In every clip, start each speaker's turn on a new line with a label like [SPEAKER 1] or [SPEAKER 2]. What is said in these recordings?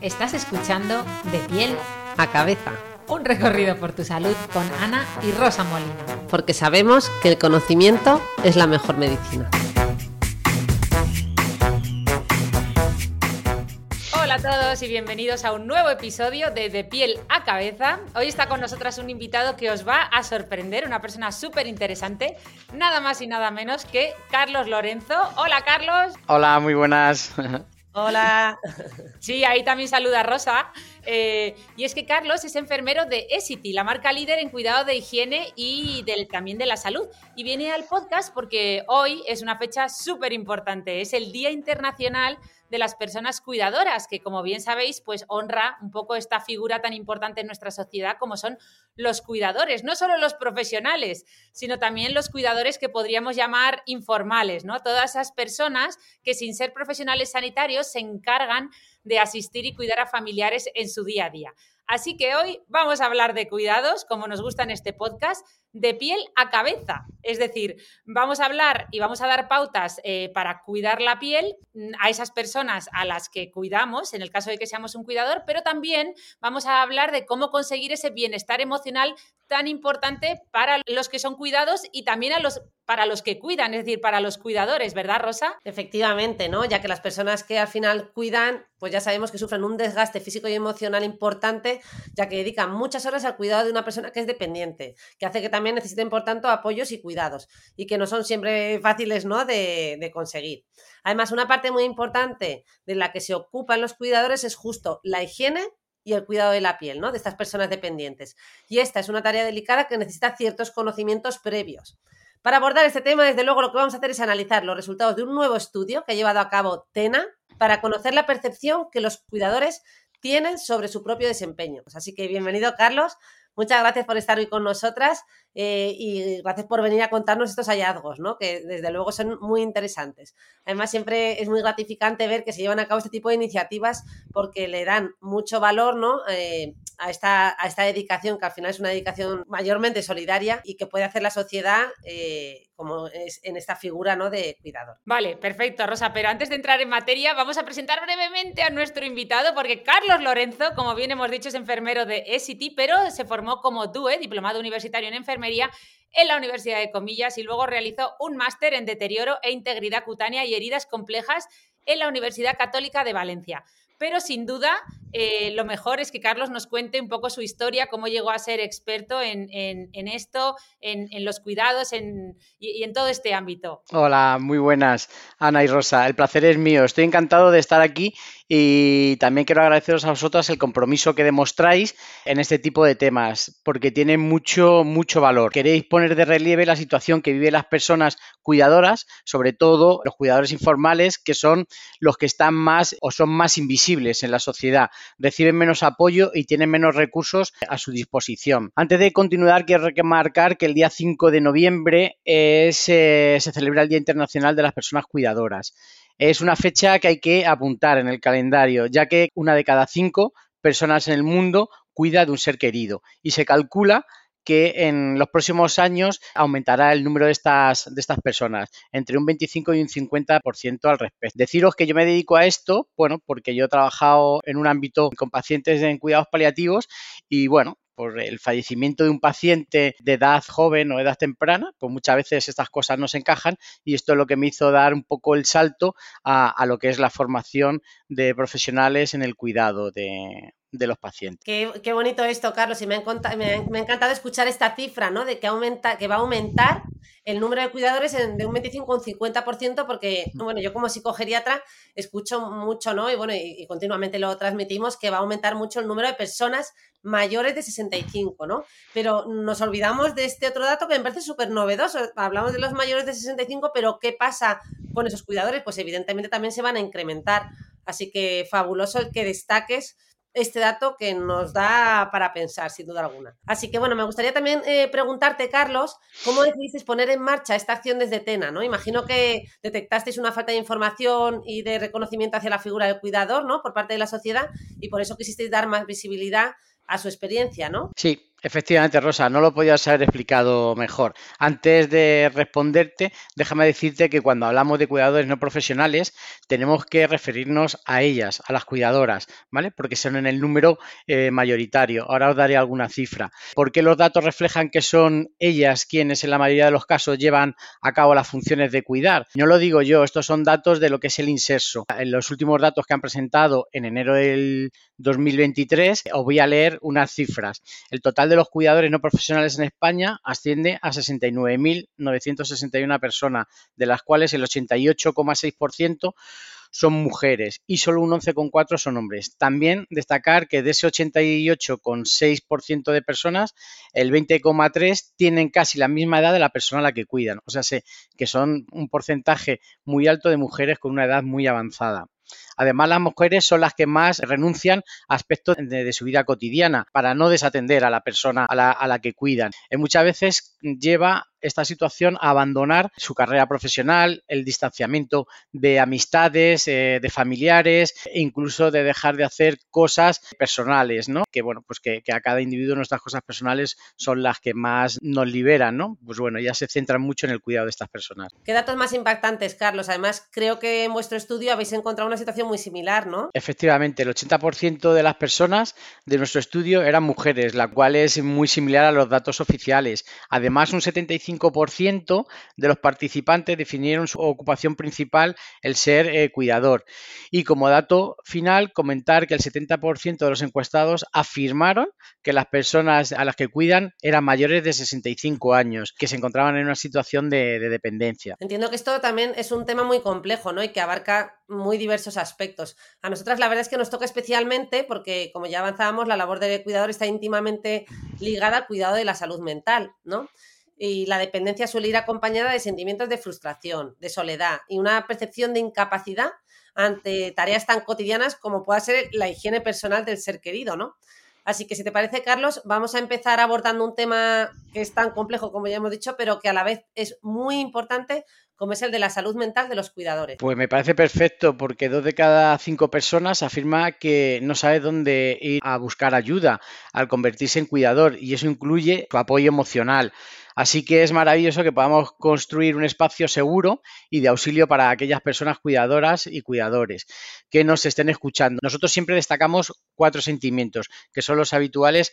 [SPEAKER 1] Estás escuchando De Piel
[SPEAKER 2] a Cabeza.
[SPEAKER 1] Un recorrido por tu salud con Ana y Rosa Molina.
[SPEAKER 2] Porque sabemos que el conocimiento es la mejor medicina.
[SPEAKER 1] Hola a todos y bienvenidos a un nuevo episodio de Piel a Cabeza. Hoy está con nosotras un invitado que os va a sorprender, una persona súper interesante, nada más y nada menos que Carlos Lorenzo. Hola, Carlos.
[SPEAKER 3] Hola, muy buenas.
[SPEAKER 2] Hola.
[SPEAKER 1] Sí, ahí también saluda Rosa. Y es que Carlos es enfermero de Essity, la marca líder en cuidado de higiene y también de la salud. Y viene al podcast porque hoy es una fecha súper importante. Es el Día Internacional de las Personas Cuidadoras, que como bien sabéis, pues honra un poco esta figura tan importante en nuestra sociedad como son los cuidadores. No solo los profesionales, sino también los cuidadores que podríamos llamar informales, ¿no? Todas esas personas que sin ser profesionales sanitarios se encargan de asistir y cuidar a familiares en su día a día. Así que hoy vamos a hablar de cuidados, como nos gusta en este podcast, de piel a cabeza. Es decir, vamos a hablar y vamos a dar pautas para cuidar la piel a esas personas a las que cuidamos, en el caso de que seamos un cuidador, pero también vamos a hablar de cómo conseguir ese bienestar emocional tan importante para los que son cuidados y también para los que cuidan, es decir, para los cuidadores, ¿verdad, Rosa?
[SPEAKER 2] Efectivamente, ¿no? Ya que las personas que al final cuidan, pues ya sabemos que sufren un desgaste físico y emocional importante, ya que dedican muchas horas al cuidado de una persona que es dependiente, que hace que también necesiten, por tanto, apoyos y cuidados, y que no son siempre fáciles, ¿no?, de conseguir. Además, una parte muy importante de la que se ocupan los cuidadores es justo la higiene y el cuidado de la piel, ¿no?, de estas personas dependientes. Y esta es una tarea delicada que necesita ciertos conocimientos previos. Para abordar este tema, desde luego, lo que vamos a hacer es analizar los resultados de un nuevo estudio que ha llevado a cabo TENA para conocer la percepción que los cuidadores tienen sobre su propio desempeño. Así que bienvenido, Carlos. Muchas gracias por estar hoy con nosotras y gracias por venir a contarnos estos hallazgos, ¿no?, que desde luego son muy interesantes. Además, siempre es muy gratificante ver que se llevan a cabo este tipo de iniciativas porque le dan mucho valor, ¿no?, a esta dedicación, que al final es una dedicación mayormente solidaria y que puede hacer la sociedad como es en esta figura, ¿no?, de cuidador.
[SPEAKER 1] Vale, perfecto, Rosa, pero antes de entrar en materia vamos a presentar brevemente a nuestro invitado porque Carlos Lorenzo, como bien hemos dicho, es enfermero de Essity, pero se formó como DUE, diplomado universitario en enfermería, en la Universidad de Comillas y luego realizó un máster en deterioro e integridad cutánea y heridas complejas en la Universidad Católica de Valencia. Pero sin duda, lo mejor es que Carlos nos cuente un poco su historia, cómo llegó a ser experto en esto, en los cuidados y en todo este ámbito.
[SPEAKER 3] Hola, muy buenas, Ana y Rosa. El placer es mío. Estoy encantado de estar aquí y también quiero agradeceros a vosotras el compromiso que demostráis en este tipo de temas, porque tiene mucho valor. Queréis poner de relieve la situación que viven las personas cuidadoras, sobre todo los cuidadores informales, que son los que están más o son más invisibles en la sociedad, reciben menos apoyo y tienen menos recursos a su disposición. Antes de continuar, quiero remarcar que el día 5 de noviembre se celebra el Día Internacional de las Personas Cuidadoras. Es una fecha que hay que apuntar en el calendario, ya que 1 de cada 5 personas en el mundo cuida de un ser querido y se calcula que en los próximos años aumentará el número de estas personas, entre un 25 y un 50% al respecto. Deciros que yo me dedico a esto, bueno, porque yo he trabajado en un ámbito con pacientes en cuidados paliativos y, bueno, por el fallecimiento de un paciente de edad joven o edad temprana, pues muchas veces estas cosas no se encajan y esto es lo que me hizo dar un poco el salto a lo que es la formación de profesionales en el cuidado de los pacientes.
[SPEAKER 2] Qué bonito esto, Carlos, y me ha encantado escuchar esta cifra, ¿no?, de que va a aumentar el número de cuidadores de un 25 a un 50%, porque, bueno, yo como psicogeriatra escucho mucho, ¿no?, y bueno, y continuamente lo transmitimos, que va a aumentar mucho el número de personas mayores de 65, ¿no? Pero nos olvidamos de este otro dato que me parece súper novedoso. Hablamos de los mayores de 65, pero ¿qué pasa con esos cuidadores? Pues evidentemente también se van a incrementar. Así que fabuloso el que destaques este dato que nos da para pensar, sin duda alguna. Así que, bueno, me gustaría también preguntarte, Carlos, ¿cómo decidisteis poner en marcha esta acción desde TENA, ¿no? Imagino que detectasteis una falta de información y de reconocimiento hacia la figura del cuidador, ¿no?, por parte de la sociedad, y por eso quisisteis dar más visibilidad a su experiencia, ¿no?
[SPEAKER 3] Sí, Efectivamente, Rosa, no lo podías haber explicado mejor. Antes de responderte, déjame decirte que cuando hablamos de cuidadores no profesionales, tenemos que referirnos a ellas, a las cuidadoras, ¿vale? Porque son en el número mayoritario. Ahora os daré alguna cifra. ¿Por qué los datos reflejan que son ellas quienes en la mayoría de los casos llevan a cabo las funciones de cuidar? No lo digo yo, estos son datos de lo que es el Inserso. En los últimos datos que han presentado en enero del 2023, os voy a leer unas cifras. El total de los cuidadores no profesionales en España asciende a 69.961 personas, de las cuales el 88,6% son mujeres y solo un 11,4% son hombres. También destacar que de ese 88,6% de personas, el 20,3% tienen casi la misma edad de la persona a la que cuidan. O sea, que son un porcentaje muy alto de mujeres con una edad muy avanzada. Además, las mujeres son las que más renuncian a aspectos de su vida cotidiana para no desatender a la persona a la que cuidan. Muchas veces lleva esta situación a abandonar su carrera profesional, el distanciamiento de amistades, de familiares e incluso de dejar de hacer cosas personales, ¿no? Que bueno, pues que a cada individuo nuestras cosas personales son las que más nos liberan, ¿no? Pues bueno, ya se centran mucho en el cuidado de estas personas.
[SPEAKER 2] ¿Qué datos más impactantes, Carlos? Además, creo que en vuestro estudio habéis encontrado una situación muy similar, ¿no?
[SPEAKER 3] Efectivamente, el 80% de las personas de nuestro estudio eran mujeres, la cual es muy similar a los datos oficiales. Además, un 75% de los participantes definieron su ocupación principal el ser cuidador. Y como dato final, comentar que el 70% de los encuestados afirmaron que las personas a las que cuidan eran mayores de 65 años, que se encontraban en una situación de dependencia.
[SPEAKER 2] Entiendo que esto también es un tema muy complejo, ¿no? Y que abarca muy diversos aspectos. A nosotras la verdad es que nos toca especialmente porque, como ya avanzábamos, la labor de cuidador está íntimamente ligada al cuidado de la salud mental, ¿no? Y la dependencia suele ir acompañada de sentimientos de frustración, de soledad y una percepción de incapacidad ante tareas tan cotidianas como pueda ser la higiene personal del ser querido, ¿no? Así que si te parece, Carlos, vamos a empezar abordando un tema que es tan complejo como ya hemos dicho, pero que a la vez es muy importante, como es el de la salud mental de los cuidadores.
[SPEAKER 3] Pues me parece perfecto porque 2 de cada 5 personas afirma que no sabe dónde ir a buscar ayuda al convertirse en cuidador y eso incluye su apoyo emocional. Así que es maravilloso que podamos construir un espacio seguro y de auxilio para aquellas personas cuidadoras y cuidadores que nos estén escuchando. Nosotros siempre destacamos 4 sentimientos que son los habituales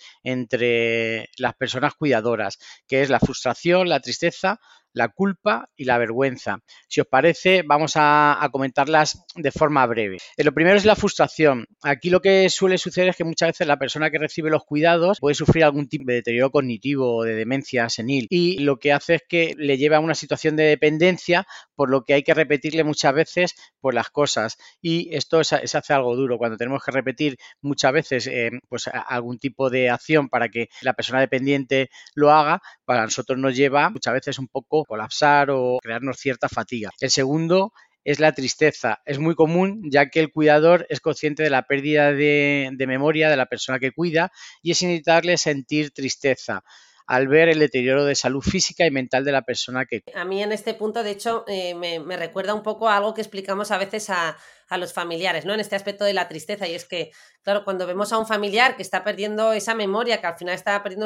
[SPEAKER 3] entre las personas cuidadoras, que es la frustración, la tristeza, la culpa y la vergüenza. Si os parece, vamos a comentarlas de forma breve. Lo primero es la frustración. Aquí lo que suele suceder es que muchas veces la persona que recibe los cuidados puede sufrir algún tipo de deterioro cognitivo o de demencia senil y lo que hace es que le lleva a una situación de dependencia, por lo que hay que repetirle muchas veces pues, las cosas y esto se hace algo duro. Cuando tenemos que repetir muchas veces pues, algún tipo de acción para que la persona dependiente lo haga, para nosotros nos lleva muchas veces un poco colapsar o crearnos cierta fatiga. El segundo es la tristeza. Es muy común ya que el cuidador es consciente de la pérdida de memoria de la persona que cuida y es inevitable sentir tristeza al ver el deterioro de salud física y mental de la persona que...
[SPEAKER 2] A mí en este punto, de hecho, me recuerda un poco a algo que explicamos a veces a los familiares, ¿no? En este aspecto de la tristeza, y es que, claro, cuando vemos a un familiar que está perdiendo esa memoria, que al final está perdiendo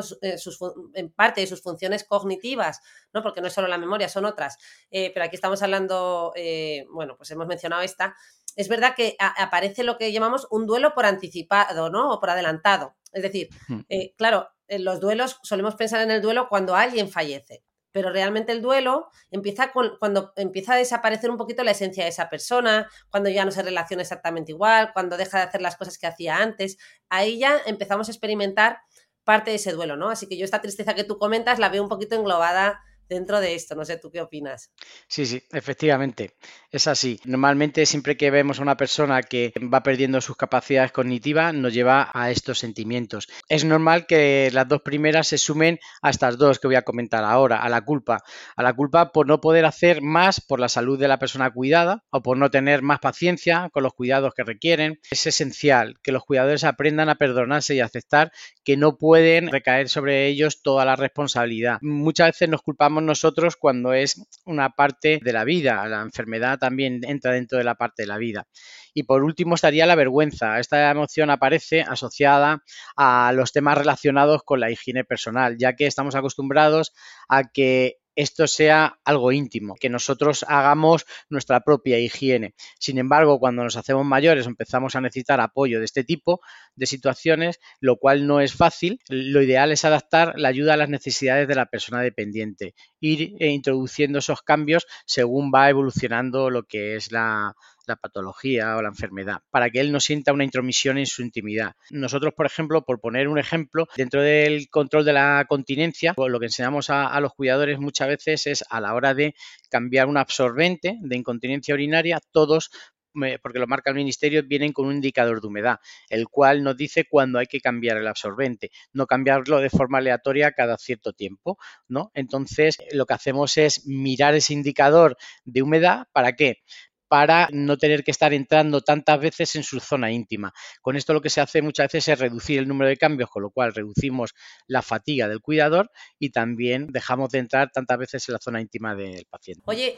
[SPEAKER 2] en parte de sus funciones cognitivas, ¿no? Porque no es solo la memoria, son otras, pero aquí estamos hablando, bueno, pues hemos mencionado esta, es verdad que aparece lo que llamamos un duelo por anticipado, ¿no? O por adelantado. Es decir, claro, en los duelos solemos pensar en el duelo cuando alguien fallece, pero realmente el duelo empieza cuando empieza a desaparecer un poquito la esencia de esa persona, cuando ya no se relaciona exactamente igual, cuando deja de hacer las cosas que hacía antes. Ahí ya empezamos a experimentar parte de ese duelo, ¿no? Así que yo esta tristeza que tú comentas la veo un poquito englobada dentro de esto. No sé, ¿tú qué opinas?
[SPEAKER 3] Sí, efectivamente, es así. Normalmente siempre que vemos a una persona que va perdiendo sus capacidades cognitivas nos lleva a estos sentimientos. Es normal que las dos primeras se sumen a estas dos que voy a comentar ahora, a la culpa por no poder hacer más por la salud de la persona cuidada o por no tener más paciencia con los cuidados que requieren. Es esencial que los cuidadores aprendan a perdonarse y a aceptar que no pueden recaer sobre ellos toda la responsabilidad. Muchas veces nos culpamos gestionamos nosotros cuando es una parte de la vida. La enfermedad también entra dentro de la parte de la vida. Y por último estaría la vergüenza. Esta emoción aparece asociada a los temas relacionados con la higiene personal, ya que estamos acostumbrados a que esto sea algo íntimo, que nosotros hagamos nuestra propia higiene. Sin embargo, cuando nos hacemos mayores empezamos a necesitar apoyo de este tipo de situaciones, lo cual no es fácil. Lo ideal es adaptar la ayuda a las necesidades de la persona dependiente, ir introduciendo esos cambios según va evolucionando lo que es la patología o la enfermedad, para que él no sienta una intromisión en su intimidad. Nosotros, por ejemplo, por poner un ejemplo, dentro del control de la continencia, pues lo que enseñamos a los cuidadores muchas veces es a la hora de cambiar un absorbente de incontinencia urinaria, todos, porque lo marca el ministerio, vienen con un indicador de humedad, el cual nos dice cuándo hay que cambiar el absorbente, no cambiarlo de forma aleatoria cada cierto tiempo, ¿no? Entonces, lo que hacemos es mirar ese indicador de humedad. ¿Para qué? Para no tener que estar entrando tantas veces en su zona íntima. Con esto lo que se hace muchas veces es reducir el número de cambios, con lo cual reducimos la fatiga del cuidador y también dejamos de entrar tantas veces en la zona íntima del paciente.
[SPEAKER 2] Oye,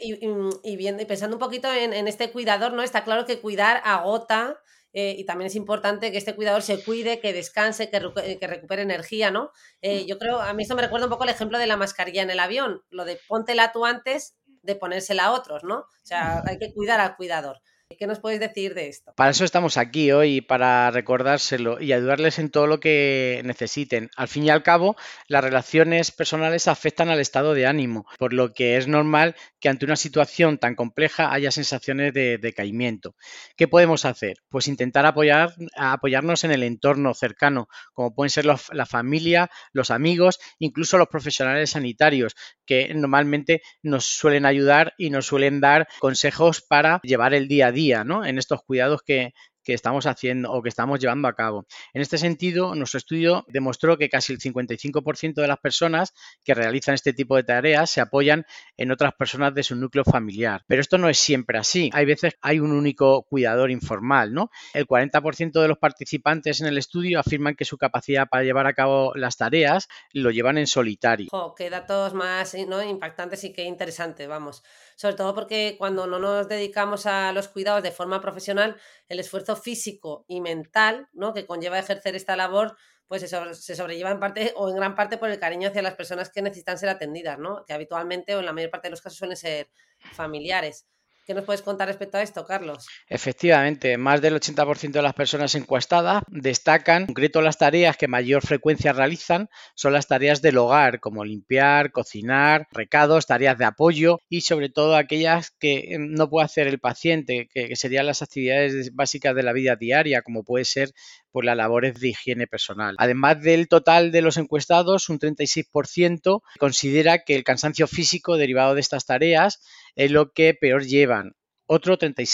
[SPEAKER 2] y pensando un poquito en este cuidador, ¿no? Está claro que cuidar agota, y también es importante que este cuidador se cuide, que descanse, que recupere energía, ¿no? Yo creo, a mí esto me recuerda un poco el ejemplo de la mascarilla en el avión, lo de póntela tú antes de ponérsela a otros, ¿no? O sea, hay que cuidar al cuidador. ¿Qué nos puedes decir de esto?
[SPEAKER 3] Para eso estamos aquí hoy, para recordárselo y ayudarles en todo lo que necesiten. Al fin y al cabo, las relaciones personales afectan al estado de ánimo, por lo que es normal que ante una situación tan compleja haya sensaciones de decaimiento. ¿Qué podemos hacer? Pues intentar apoyarnos en el entorno cercano, como pueden ser la familia, los amigos, incluso los profesionales sanitarios, que normalmente nos suelen ayudar y nos suelen dar consejos para llevar el día a día, ¿no? En estos cuidados que estamos haciendo o que estamos llevando a cabo. En este sentido, nuestro estudio demostró que casi el 55% de las personas que realizan este tipo de tareas se apoyan en otras personas de su núcleo familiar. Pero esto no es siempre así. Hay veces hay un único cuidador informal, ¿no? El 40% de los participantes en el estudio afirman que su capacidad para llevar a cabo las tareas lo llevan en solitario.
[SPEAKER 2] Qué datos más, ¿no?, impactantes y qué interesantes, vamos. Sobre todo porque cuando no nos dedicamos a los cuidados de forma profesional, el esfuerzo físico y mental, ¿no?, que conlleva ejercer esta labor, pues se sobrelleva en parte o en gran parte por el cariño hacia las personas que necesitan ser atendidas, ¿no?, que habitualmente o en la mayor parte de los casos suelen ser familiares. ¿Qué nos puedes contar respecto a esto, Carlos?
[SPEAKER 3] Efectivamente, más del 80% de las personas encuestadas destacan, en concreto, las tareas que mayor frecuencia realizan son las tareas del hogar, como limpiar, cocinar, recados, tareas de apoyo y sobre todo aquellas que no puede hacer el paciente, que serían las actividades básicas de la vida diaria, como puede ser pues las labores de higiene personal. Además del total de los encuestados, un 36% considera que el cansancio físico derivado de estas tareas es lo que peor llevan. Otro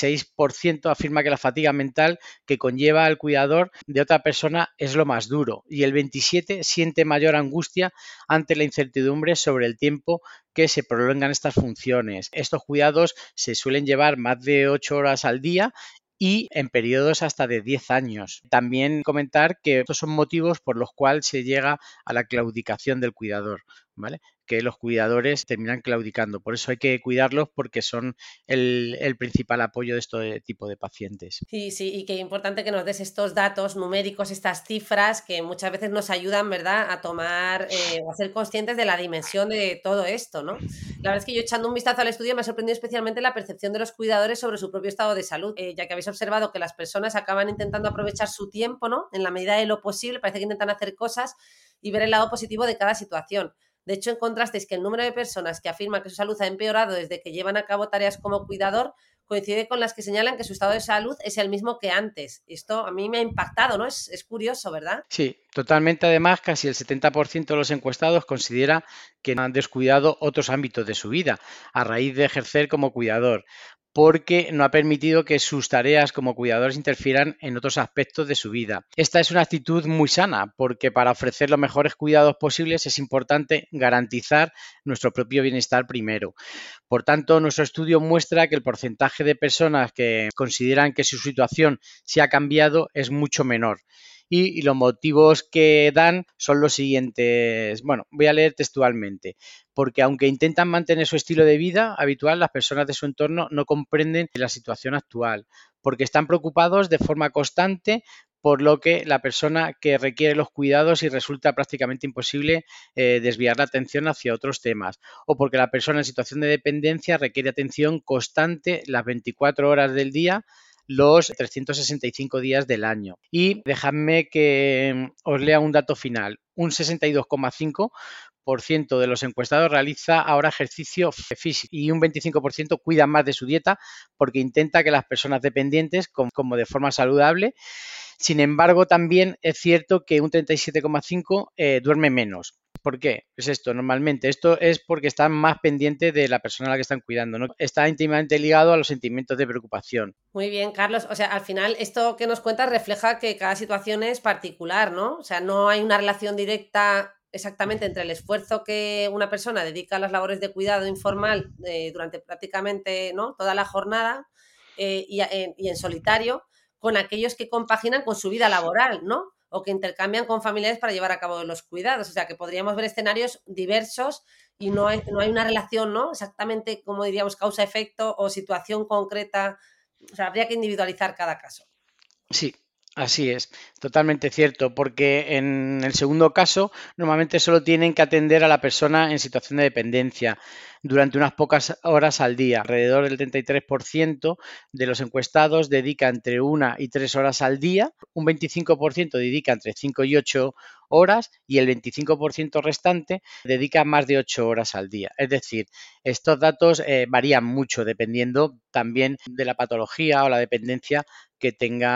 [SPEAKER 3] 36% afirma que la fatiga mental que conlleva el cuidador de otra persona es lo más duro y el 27% siente mayor angustia ante la incertidumbre sobre el tiempo que se prolongan estas funciones. Estos cuidados se suelen llevar más de 8 horas al día y en periodos hasta de 10 años. También comentar que estos son motivos por los cuales se llega a la claudicación del cuidador, ¿vale? Que los cuidadores terminan claudicando. Por eso hay que cuidarlos porque son el principal apoyo de este tipo de pacientes.
[SPEAKER 2] Sí, y qué importante que nos des estos datos numéricos, estas cifras que muchas veces nos ayudan, ¿verdad?, a tomar o a ser conscientes de la dimensión de todo esto, ¿no? La verdad es que yo, echando un vistazo al estudio, me ha sorprendido especialmente la percepción de los cuidadores sobre su propio estado de salud, ya que habéis observado que las personas acaban intentando aprovechar su tiempo, ¿no?, en la medida de lo posible, parece que intentan hacer cosas y ver el lado positivo de cada situación. De hecho, encontrasteis que el número de personas que afirman que su salud ha empeorado desde que llevan a cabo tareas como cuidador coincide con las que señalan que su estado de salud es el mismo que antes. Esto a mí me ha impactado, ¿no? Es curioso, ¿verdad?
[SPEAKER 3] Sí, totalmente. Además, casi el 70% de los encuestados considera que han descuidado otros ámbitos de su vida a raíz de ejercer como cuidador, porque no ha permitido que sus tareas como cuidadores interfieran en otros aspectos de su vida. Esta es una actitud muy sana, porque para ofrecer los mejores cuidados posibles es importante garantizar nuestro propio bienestar primero. Por tanto, nuestro estudio muestra que el porcentaje de personas que consideran que su situación se ha cambiado es mucho menor. y los motivos que dan son los siguientes. Bueno, voy a leer textualmente. Porque aunque intentan mantener su estilo de vida habitual, las personas de su entorno no comprenden la situación actual, porque están preocupados de forma constante, por lo que la persona que requiere los cuidados y resulta prácticamente imposible desviar la atención hacia otros temas, o porque la persona en situación de dependencia requiere atención constante las 24 horas del día, los 365 días del año. Y dejadme que os lea un dato final. Un 62,5% de los encuestados realiza ahora ejercicio físico y un 25% cuida más de su dieta porque intenta que las personas dependientes como de forma saludable. Sin embargo, también es cierto que un 37,5% duerme menos. ¿Por qué? Es esto, normalmente. Esto es porque están más pendientes de la persona a la que están cuidando, ¿no? Está íntimamente ligado a los sentimientos de preocupación.
[SPEAKER 2] Muy bien, Carlos. O sea, al final esto que nos cuentas refleja que cada situación es particular, ¿no? O sea, no hay una relación directa exactamente entre el esfuerzo que una persona dedica a las labores de cuidado informal durante prácticamente, ¿no?, toda la jornada y en solitario, con aquellos que compaginan con su vida laboral, ¿no? O que intercambian con familiares para llevar a cabo los cuidados. O sea, que podríamos ver escenarios diversos y no hay una relación, ¿no?, exactamente, como diríamos, causa-efecto o situación concreta. O sea, habría que individualizar cada caso.
[SPEAKER 3] Sí, así es, totalmente cierto, porque en el segundo caso normalmente solo tienen que atender a la persona en situación de dependencia durante unas pocas horas al día. Alrededor del 33% de los encuestados dedica entre 1 y 3 horas al día, un 25% dedica entre 5 y 8 horas y el 25% restante dedica más de 8 horas al día. Es decir, estos datos varían mucho dependiendo también de la patología o la dependencia que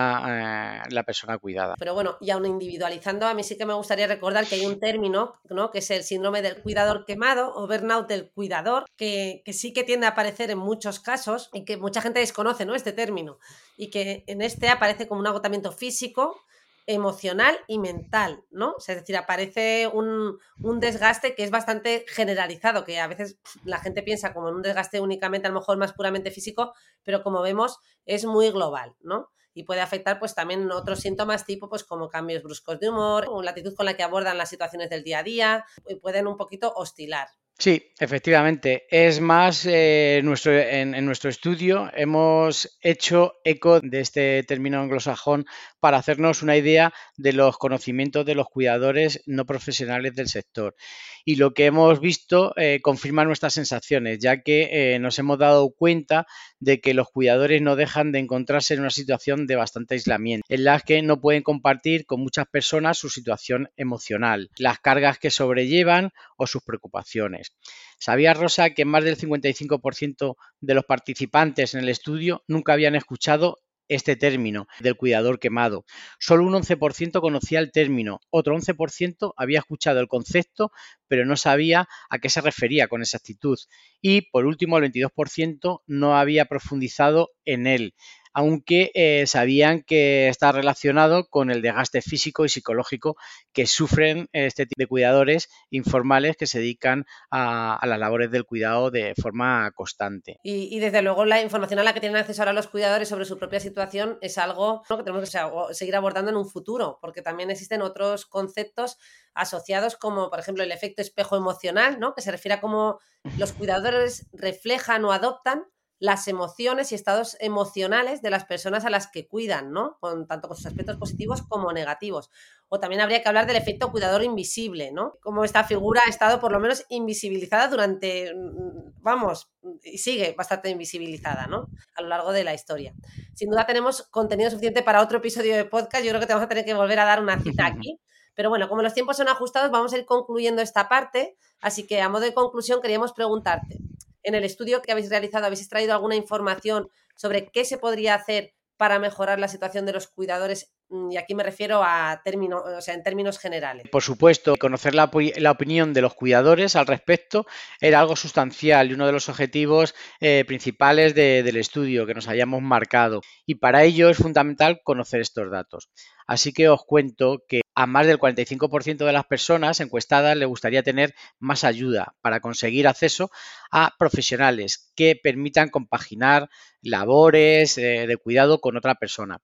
[SPEAKER 3] tenga la persona cuidada.
[SPEAKER 2] Pero bueno, y aún individualizando, a mí sí que me gustaría recordar que hay un término, ¿no?, que es el síndrome del cuidador quemado o burnout del cuidador, que sí que tiende a aparecer en muchos casos y que mucha gente desconoce, ¿no?, este término, y que en este aparece como un agotamiento físico, emocional y mental, ¿no? O sea, es decir, aparece un desgaste que es bastante generalizado, que a veces la gente piensa como en un desgaste únicamente, a lo mejor más puramente físico, pero como vemos es muy global, ¿no? Y puede afectar pues también otros síntomas tipo pues como cambios bruscos de humor o la actitud con la que abordan las situaciones del día a día, pueden un poquito oscilar.
[SPEAKER 3] Sí, efectivamente. Es más, en nuestro estudio hemos hecho eco de este término anglosajón para hacernos una idea de los conocimientos de los cuidadores no profesionales del sector. Y lo que hemos visto confirma nuestras sensaciones, ya que nos hemos dado cuenta de que los cuidadores no dejan de encontrarse en una situación de bastante aislamiento, en la que no pueden compartir con muchas personas su situación emocional, las cargas que sobrellevan o sus preocupaciones. ¿Sabías, Rosa, que más del 55% de los participantes en el estudio nunca habían escuchado este término del cuidador quemado? Solo un 11% conocía el término, otro 11% había escuchado el concepto, pero no sabía a qué se refería con exactitud. Y, por último, el 22% no había profundizado en él, aunque sabían que está relacionado con el desgaste físico y psicológico que sufren este tipo de cuidadores informales que se dedican a las labores del cuidado de forma constante.
[SPEAKER 2] Y desde luego la información a la que tienen acceso ahora los cuidadores sobre su propia situación es algo, ¿no?, que tenemos que seguir abordando en un futuro, porque también existen otros conceptos asociados como, por ejemplo, el efecto espejo emocional, ¿no?, que se refiere a cómo los cuidadores reflejan o adoptan las emociones y estados emocionales de las personas a las que cuidan, ¿no?, tanto con sus aspectos positivos como negativos. O también habría que hablar del efecto cuidador invisible, ¿no?, como esta figura ha estado por lo menos invisibilizada durante, vamos, y sigue bastante invisibilizada, ¿no?, a lo largo de la historia. Sin duda tenemos contenido suficiente para otro episodio de podcast. Yo creo que te vamos a tener que volver a dar una cita aquí. Pero bueno, como los tiempos son ajustados, vamos a ir concluyendo esta parte. Así que a modo de conclusión queríamos preguntarte, en el estudio que habéis realizado, ¿habéis extraído alguna información sobre qué se podría hacer para mejorar la situación de los cuidadores? Y aquí me refiero a en términos generales.
[SPEAKER 3] Por supuesto, conocer la opinión de los cuidadores al respecto era algo sustancial y uno de los objetivos principales del estudio que nos hayamos marcado. Y para ello es fundamental conocer estos datos. Así que os cuento que a más del 45% de las personas encuestadas le gustaría tener más ayuda para conseguir acceso a profesionales que permitan compaginar labores de cuidado con otra persona.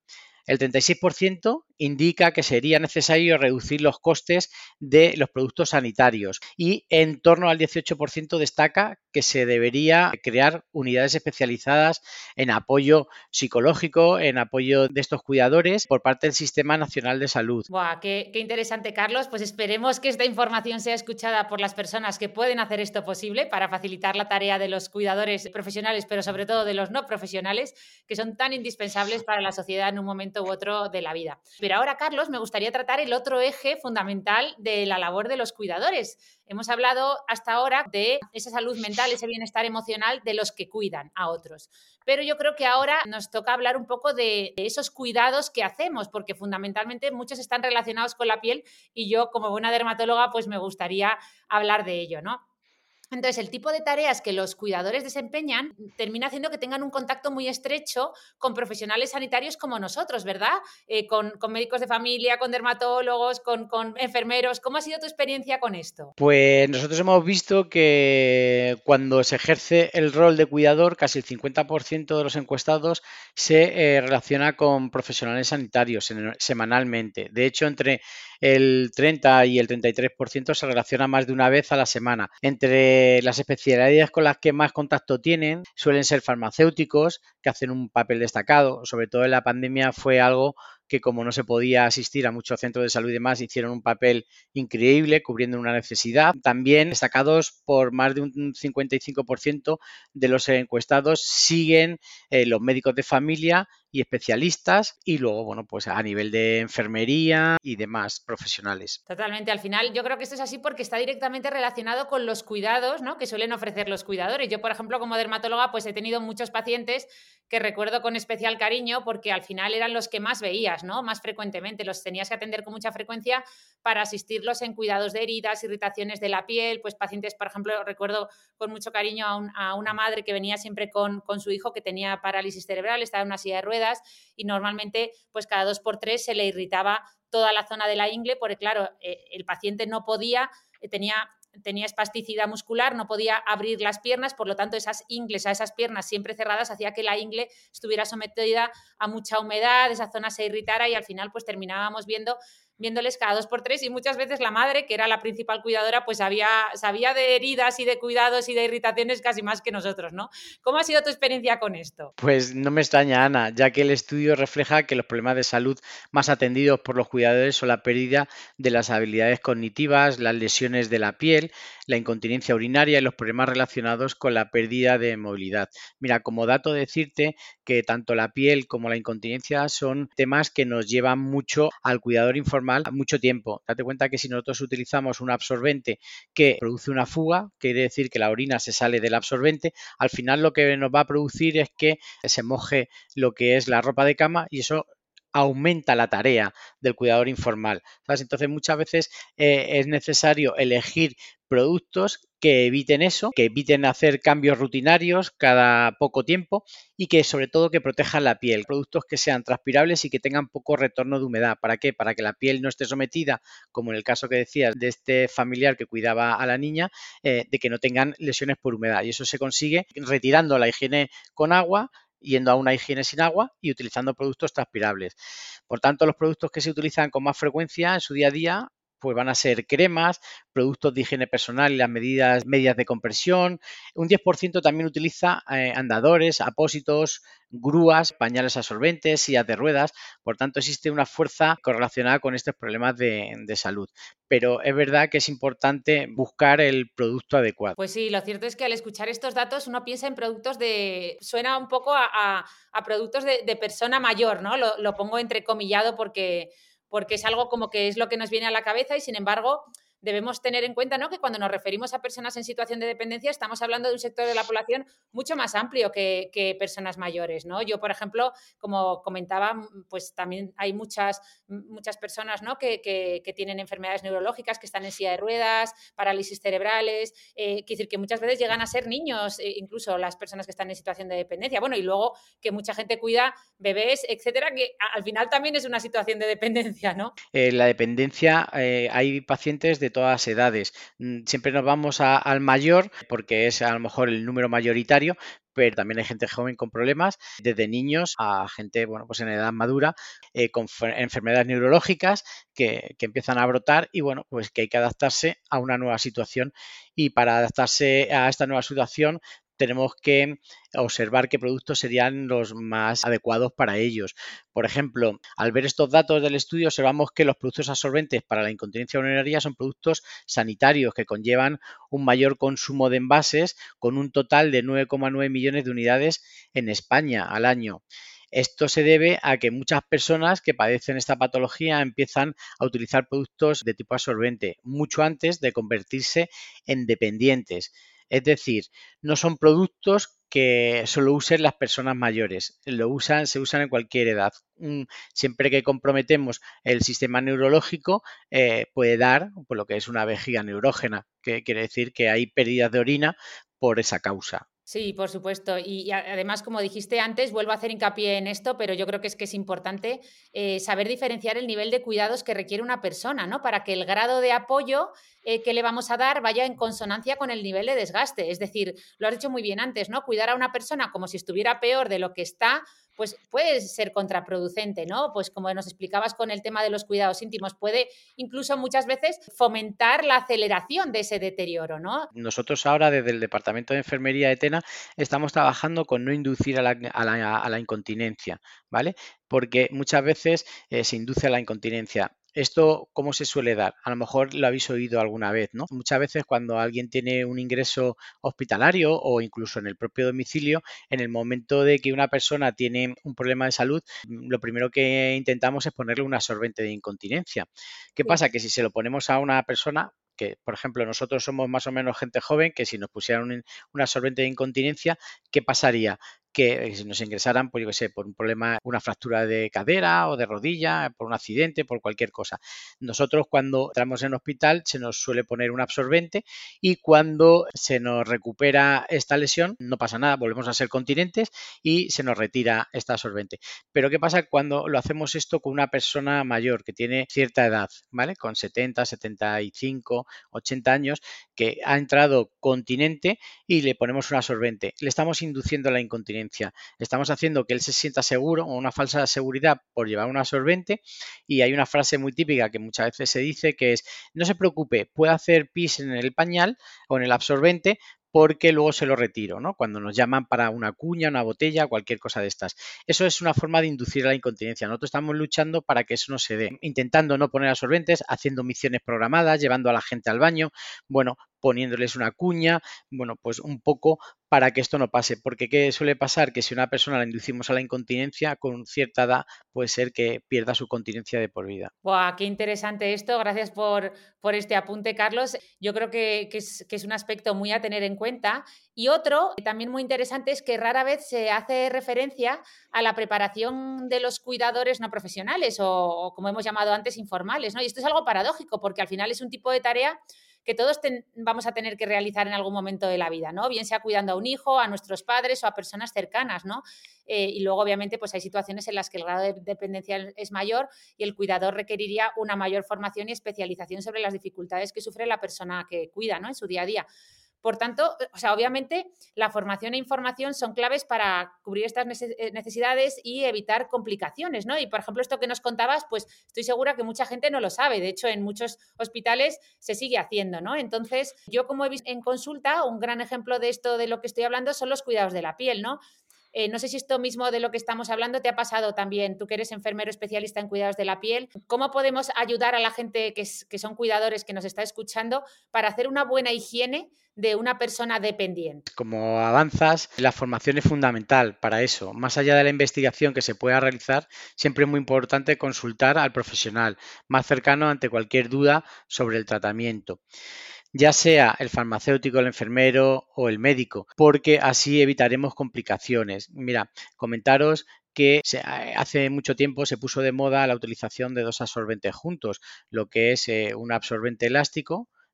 [SPEAKER 3] El 36% indica que sería necesario reducir los costes de los productos sanitarios y en torno al 18% destaca que se debería crear unidades especializadas en apoyo psicológico, en apoyo de estos cuidadores por parte del Sistema Nacional de Salud.
[SPEAKER 1] Buah, qué interesante, Carlos. Pues esperemos que esta información sea escuchada por las personas que pueden hacer esto posible para facilitar la tarea de los cuidadores profesionales, pero sobre todo de los no profesionales, que son tan indispensables para la sociedad en un momento u otro de la vida. Pero ahora, Carlos, me gustaría tratar el otro eje fundamental de la labor de los cuidadores. Hemos hablado hasta ahora de esa salud mental, ese bienestar emocional de los que cuidan a otros. Pero yo creo que ahora nos toca hablar un poco de esos cuidados que hacemos, porque fundamentalmente muchos están relacionados con la piel y yo, como buena dermatóloga, pues me gustaría hablar de ello, ¿no? Entonces, el tipo de tareas que los cuidadores desempeñan termina haciendo que tengan un contacto muy estrecho con profesionales sanitarios como nosotros, ¿verdad? Con médicos de familia, con dermatólogos, con enfermeros. ¿Cómo ha sido tu experiencia con esto?
[SPEAKER 3] Pues nosotros hemos visto que cuando se ejerce el rol de cuidador, casi el 50% de los encuestados se relaciona con profesionales sanitarios semanalmente. De hecho, entre el 30 y el 33% se relaciona más de una vez a la semana. Entre las especialidades con las que más contacto tienen suelen ser farmacéuticos, que hacen un papel destacado. Sobre todo en la pandemia fue algo que, como no se podía asistir a muchos centros de salud y demás, hicieron un papel increíble cubriendo una necesidad. También destacados por más de un 55% de los encuestados siguen los médicos de familia y especialistas y luego, bueno, pues a nivel de enfermería y demás profesionales.
[SPEAKER 1] Totalmente, al final yo creo que esto es así porque está directamente relacionado con los cuidados, ¿no?, que suelen ofrecer los cuidadores. Yo, por ejemplo, como dermatóloga, pues he tenido muchos pacientes que recuerdo con especial cariño porque al final eran los que más veías, ¿no?, más frecuentemente, los tenías que atender con mucha frecuencia para asistirlos en cuidados de heridas, irritaciones de la piel, pues pacientes, por ejemplo, recuerdo con mucho cariño a una madre que venía siempre con su hijo que tenía parálisis cerebral, estaba en una silla de ruedas y normalmente pues cada 2 por 3 se le irritaba toda la zona de la ingle, porque claro, el paciente no podía, tenía espasticidad muscular, no podía abrir las piernas, por lo tanto esas ingles a esas piernas siempre cerradas hacía que la ingle estuviera sometida a mucha humedad, esa zona se irritara y al final pues terminábamos viéndoles cada 2 por 3 y muchas veces la madre, que era la principal cuidadora, pues sabía de heridas y de cuidados y de irritaciones casi más que nosotros, ¿no? ¿Cómo ha sido tu experiencia con esto?
[SPEAKER 3] Pues no me extraña, Ana, ya que el estudio refleja que los problemas de salud más atendidos por los cuidadores son la pérdida de las habilidades cognitivas, las lesiones de la piel, la incontinencia urinaria y los problemas relacionados con la pérdida de movilidad. Mira, como dato decirte que tanto la piel como la incontinencia son temas que nos llevan mucho al cuidador informal mucho tiempo. Date cuenta que si nosotros utilizamos un absorbente que produce una fuga, quiere decir que la orina se sale del absorbente, al final lo que nos va a producir es que se moje lo que es la ropa de cama y eso aumenta la tarea del cuidador informal, ¿sabes? Entonces muchas veces es necesario elegir productos que eviten eso, que eviten hacer cambios rutinarios cada poco tiempo y que sobre todo que protejan la piel. Productos que sean transpirables y que tengan poco retorno de humedad. ¿Para qué? Para que la piel no esté sometida, como en el caso que decías de este familiar que cuidaba a la niña, de que no tengan lesiones por humedad. Y eso se consigue retirando la higiene con agua, yendo a una higiene sin agua y utilizando productos transpirables. Por tanto, los productos que se utilizan con más frecuencia en su día a día pues van a ser cremas, productos de higiene personal y las medias de compresión. Un 10% también utiliza andadores, apósitos, grúas, pañales absorbentes, sillas de ruedas. Por tanto, existe una fuerza correlacionada con estos problemas de salud. Pero es verdad que es importante buscar el producto adecuado.
[SPEAKER 1] Pues sí, lo cierto es que al escuchar estos datos uno piensa en productos suena un poco a productos de persona mayor, ¿no? Lo pongo entrecomillado porque es algo como que es lo que nos viene a la cabeza y sin embargo debemos tener en cuenta, ¿no?, que cuando nos referimos a personas en situación de dependencia estamos hablando de un sector de la población mucho más amplio que personas mayores, ¿no? Yo, por ejemplo, como comentaba, pues también hay muchas personas, ¿no?, que tienen enfermedades neurológicas, que están en silla de ruedas, parálisis cerebrales, quiere decir que muchas veces llegan a ser niños, incluso las personas que están en situación de dependencia. Bueno, y luego que mucha gente cuida bebés, etcétera, que al final también es una situación de dependencia, ¿no?
[SPEAKER 3] La dependencia, hay pacientes de todas las edades. Siempre nos vamos al mayor porque es a lo mejor el número mayoritario, pero también hay gente joven con problemas, desde niños a gente, bueno, pues en edad madura, con enfermedades neurológicas que empiezan a brotar y, bueno, pues que hay que adaptarse a una nueva situación y para adaptarse a esta nueva situación tenemos que observar qué productos serían los más adecuados para ellos. Por ejemplo, al ver estos datos del estudio, observamos que los productos absorbentes para la incontinencia urinaria son productos sanitarios que conllevan un mayor consumo de envases con un total de 9,9 millones de unidades en España al año. Esto se debe a que muchas personas que padecen esta patología empiezan a utilizar productos de tipo absorbente mucho antes de convertirse en dependientes. Es decir, no son productos que solo usen las personas mayores, se usan en cualquier edad. Siempre que comprometemos el sistema neurológico, puede dar por lo que es una vejiga neurógena, que quiere decir que hay pérdidas de orina por esa causa.
[SPEAKER 1] Sí, por supuesto. Y además, como dijiste antes, vuelvo a hacer hincapié en esto, pero yo creo que es importante saber diferenciar el nivel de cuidados que requiere una persona, ¿no? Para que el grado de apoyo que le vamos a dar vaya en consonancia con el nivel de desgaste. Es decir, lo has dicho muy bien antes, ¿no? Cuidar a una persona como si estuviera peor de lo que está, pues puede ser contraproducente, ¿no? Pues como nos explicabas con el tema de los cuidados íntimos, puede incluso muchas veces fomentar la aceleración de ese deterioro, ¿no?
[SPEAKER 3] Nosotros ahora desde el Departamento de Enfermería de Tena estamos trabajando con no inducir a la incontinencia, ¿vale? Porque muchas veces se induce a la incontinencia. ¿Esto cómo se suele dar? A lo mejor lo habéis oído alguna vez, ¿no? Muchas veces cuando alguien tiene un ingreso hospitalario o incluso en el propio domicilio, en el momento de que una persona tiene un problema de salud, lo primero que intentamos es ponerle un absorbente de incontinencia. ¿Qué
[SPEAKER 1] Sí.
[SPEAKER 3] pasa? Que si se lo ponemos a una persona que, por ejemplo, nosotros somos más o menos gente joven, que si nos pusieran un absorbente de incontinencia, ¿qué pasaría? Que si nos ingresaran, pues yo qué sé, por un problema, una fractura de cadera o de rodilla, por un accidente, por cualquier cosa. Nosotros cuando entramos en hospital se nos suele poner un absorbente y cuando se nos recupera esta lesión no pasa nada, volvemos a ser continentes y se nos retira este absorbente. Pero ¿qué pasa cuando lo hacemos esto con una persona mayor que tiene cierta edad, ¿vale? Con 70, 75, 80 años, que ha entrado continente y le ponemos un absorbente. Le estamos induciendo la incontinencia. Estamos haciendo que él se sienta seguro o una falsa seguridad por llevar un absorbente y hay una frase muy típica que muchas veces se dice que es no se preocupe, puede hacer pis en el pañal o en el absorbente porque luego se lo retiro, ¿no? Cuando nos llaman para una cuña, una botella, cualquier cosa de estas. Eso es una forma de inducir a la incontinencia. Nosotros estamos luchando para que eso no se dé, intentando no poner absorbentes, haciendo misiones programadas, llevando a la gente al baño, bueno, poniéndoles una cuña, bueno, pues un poco para que esto no pase, porque ¿qué suele pasar? Que si una persona la inducimos a la incontinencia con cierta edad, puede ser que pierda su continencia de por vida.
[SPEAKER 1] ¡Buah! Qué interesante esto. Gracias por este apunte, Carlos. Yo creo que es un aspecto muy a tener en cuenta. Y otro también muy interesante es que rara vez se hace referencia a la preparación de los cuidadores no profesionales o como hemos llamado antes, informales, ¿no? Y esto es algo paradójico porque al final es un tipo de tarea que todos vamos a tener que realizar en algún momento de la vida, ¿no? Bien sea cuidando a un hijo, a nuestros padres o a personas cercanas, ¿no? Y luego, obviamente, pues hay situaciones en las que el grado de dependencia es mayor y el cuidador requeriría una mayor formación y especialización sobre las dificultades que sufre la persona que cuida, ¿no? En su día a día. Por tanto, o sea, obviamente la formación e información son claves para cubrir estas necesidades y evitar complicaciones, ¿no? Y, por ejemplo, esto que nos contabas, pues estoy segura que mucha gente no lo sabe. De hecho, en muchos hospitales se sigue haciendo, ¿no? Entonces, yo como he visto en consulta, un gran ejemplo de esto de lo que estoy hablando son los cuidados de la piel, ¿no? No sé si esto mismo de lo que estamos hablando te ha pasado también, tú que eres enfermero especialista en cuidados de la piel. ¿Cómo podemos ayudar a la gente que son cuidadores que nos está escuchando para hacer una buena higiene de una persona dependiente?
[SPEAKER 3] Como avanzas, la formación es fundamental para eso. Más allá de la investigación que se pueda realizar, siempre es muy importante consultar al profesional más cercano ante cualquier duda sobre el tratamiento, ya sea el farmacéutico, el enfermero o el médico, porque así evitaremos complicaciones. Mira, comentaros que hace mucho tiempo se puso de moda la utilización de dos absorbentes juntos, lo que es un absorbente elástico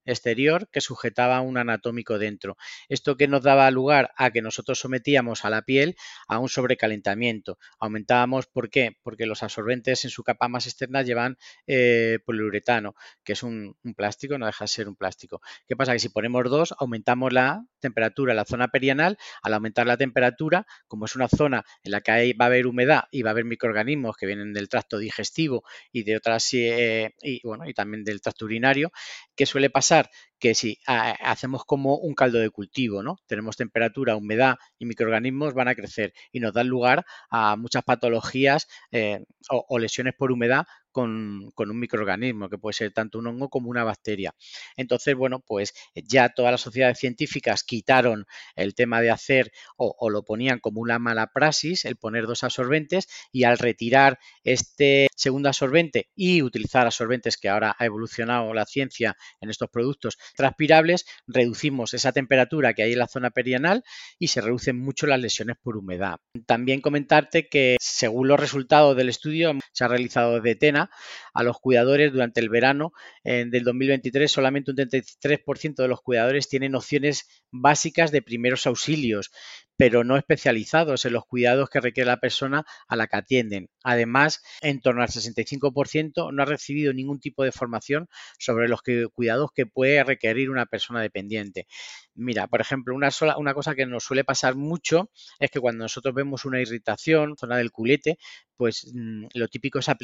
[SPEAKER 3] exterior que sujetaba un anatómico dentro. Esto que nos daba lugar a que nosotros sometíamos a la piel a un sobrecalentamiento. Aumentábamos, ¿por qué? Porque los absorbentes en su capa más externa llevan poliuretano, que es un plástico, no deja de ser un plástico. ¿Qué pasa? Que si ponemos dos, aumentamos la temperatura en la zona perianal. Al aumentar la temperatura, como es una zona en la que va a haber humedad y va a haber microorganismos que vienen del tracto digestivo y de otras, y también del tracto urinario, ¿qué suele pasar? Que si hacemos como un caldo de cultivo, ¿no? Tenemos temperatura, humedad y microorganismos, van a crecer y nos dan lugar a muchas patologías o lesiones por humedad con un microorganismo, que puede ser tanto un hongo como una bacteria. Entonces, bueno, pues ya todas las sociedades científicas quitaron el tema de hacer o lo ponían como una mala praxis, el poner dos absorbentes, y al retirar este segundo absorbente y utilizar absorbentes que ahora ha evolucionado la ciencia en estos productos transpirables, reducimos esa temperatura que hay en la zona perianal y se reducen mucho las lesiones por humedad. También comentarte que según los resultados del estudio se ha realizado de TENA a los cuidadores durante el verano del 2023, solamente un 33% de los cuidadores tienen nociones básicas de primeros auxilios, pero no especializados en los cuidados que requiere la persona a la que atienden. Además, en torno al 65% no ha recibido ningún tipo de formación sobre los cuidados que puede requerir una persona dependiente. Mira, por ejemplo, una cosa que nos suele pasar mucho es que cuando nosotros vemos una irritación, zona del culete, pues lo típico es